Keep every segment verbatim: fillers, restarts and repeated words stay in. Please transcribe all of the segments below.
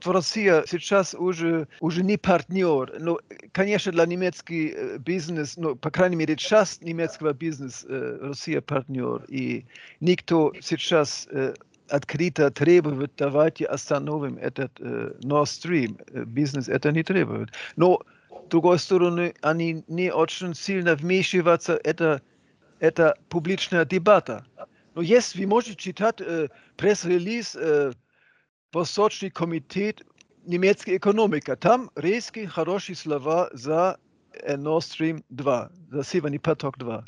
Россия сейчас уже, уже не партнер. Но, конечно, для немецкий бизнес, ну, по крайней мере, часть немецкого бизнеса Россия партнер. И никто сейчас открыто требует, давайте остановим этот э, Nord Stream. Бизнес это не требует. Но, с другой стороны, они не очень сильно вмешиваются. Это, это публичная дебата. Но есть, вы можете читать э, пресс-релиз э, Восточный комитет немецкой экономики. Там резкие, хорошие слова за э, Nord Stream два, за Северный поток два.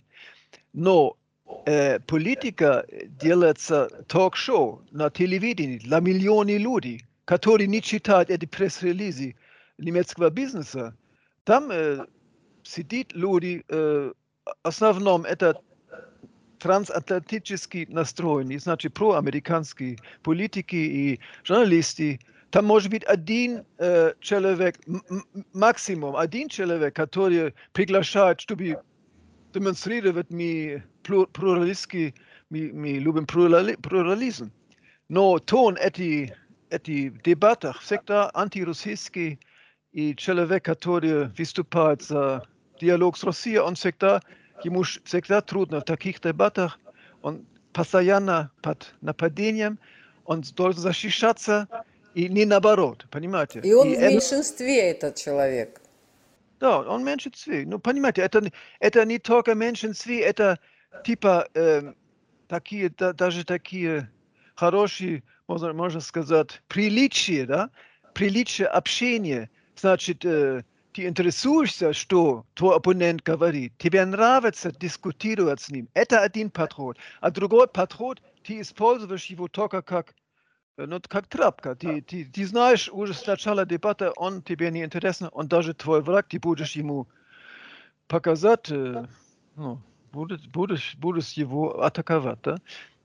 Но э, политика делается ток-шоу на телевидении для миллионов людей, которые не читают эти пресс-релизы немецкого бизнеса. Там э, сидят люди, э, в основном это трансатлантически настроенные, значит, проамериканские политики и журналисты. Там может быть один э, человек, максимум один человек, который приглашает, чтобы демонстрировать, мы плуралистский, мы, мы любим плурализм. Но тон этих эти дебатах всегда антироссийский, и человек, который выступает за диалог с Россией, он всегда, ему всегда трудно в таких дебатах, он постоянно под нападением, он должен защищаться, и не наоборот, понимаете? И он и в это... меньшинстве, этот человек. Да, он в меньшинстве. Ну, понимаете, это, это не только меньшинстве, это типа э, такие, да, даже такие хорошие, можно, можно сказать, приличия, да? Приличие общения. Значит, э, ты интересуешься, что твой оппонент говорит. Тебе нравится дискутировать с ним. Это один подход. А другой подход, ты используешь его только как ну, как тряпка. Ты, ты, ты знаешь уже с начала дебата, он тебе не интересен, он даже твой враг, ты будешь ему показать, э, ну, будешь, будешь, будешь его атаковать. Да?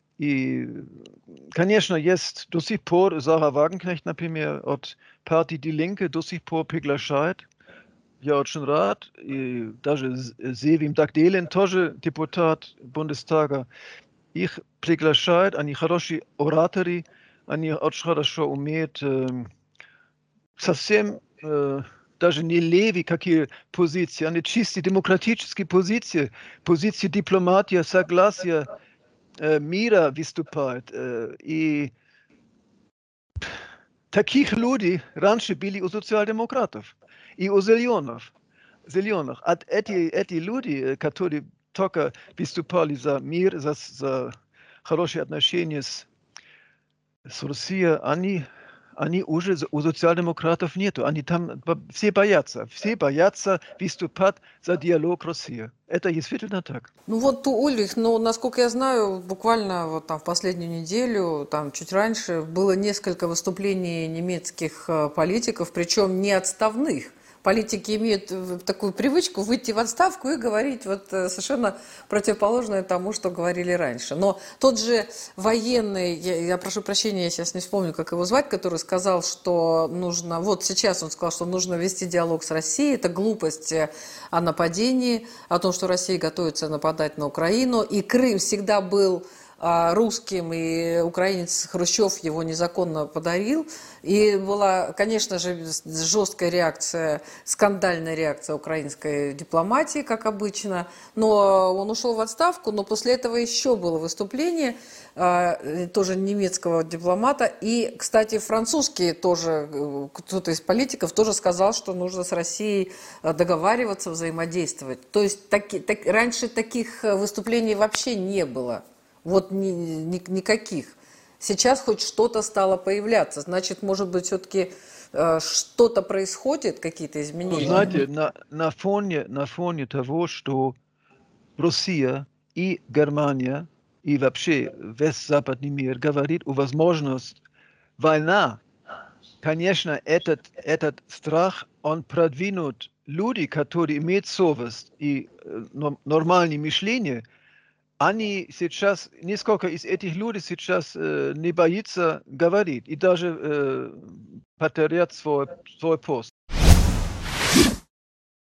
И, конечно, есть до сих пор Sarah Wagenknecht, например, от партии Die Linke до сих пор приглашает. Я очень рад. И даже Sevim Dagdelen, тоже депутат Бундестага, их приглашают, они хорошие ораторы, они очень хорошо умеют э, совсем э, даже не левые какие позиции, они чисто демократические позиции, позиции дипломатии, согласия, э, мира выступают. Э, и таких людей раньше были у социал-демократов и у зеленых. зеленых. А эти, эти люди, которые только выступали за мир, за, за хорошие отношения с с Россией, они, они уже у социал-демократов нету. Они там все боятся. Все боятся выступать за диалог России. Это действительно так. Ну вот, Ульрих, ну, насколько я знаю, буквально вот там в последнюю неделю, там чуть раньше, было несколько выступлений немецких политиков, причем не отставных. Политики имеют такую привычку выйти в отставку и говорить вот совершенно противоположное тому, что говорили раньше. Но тот же военный, я, я прошу прощения, я сейчас не вспомню, как его звать, который сказал, что нужно, вот сейчас он сказал, что нужно вести диалог с Россией, это глупость о нападении, о том, что Россия готовится нападать на Украину, и Крым всегда был русским, и украинец Хрущев его незаконно подарил. И была, конечно же, жесткая реакция, скандальная реакция украинской дипломатии, как обычно. Но он ушел в отставку, но после этого еще было выступление тоже немецкого дипломата. И, кстати, французский тоже, кто-то из политиков тоже сказал, что нужно с Россией договариваться, взаимодействовать. То есть таки, так, раньше таких выступлений вообще не было. Вот ни, ни, никаких. Сейчас хоть что-то стало появляться. Значит, может быть, все-таки э, что-то происходит, какие-то изменения? Ну, знаете, на, на, фоне, на фоне того, что Россия и Германия, и вообще весь западный мир говорит о возможности войны, конечно, этот, этот страх, он продвинут люди, которые имеют совесть и э, нормальное мышление, они сейчас, несколько из этих людей сейчас э, не боятся говорить и даже э, потерять свой, свой пост.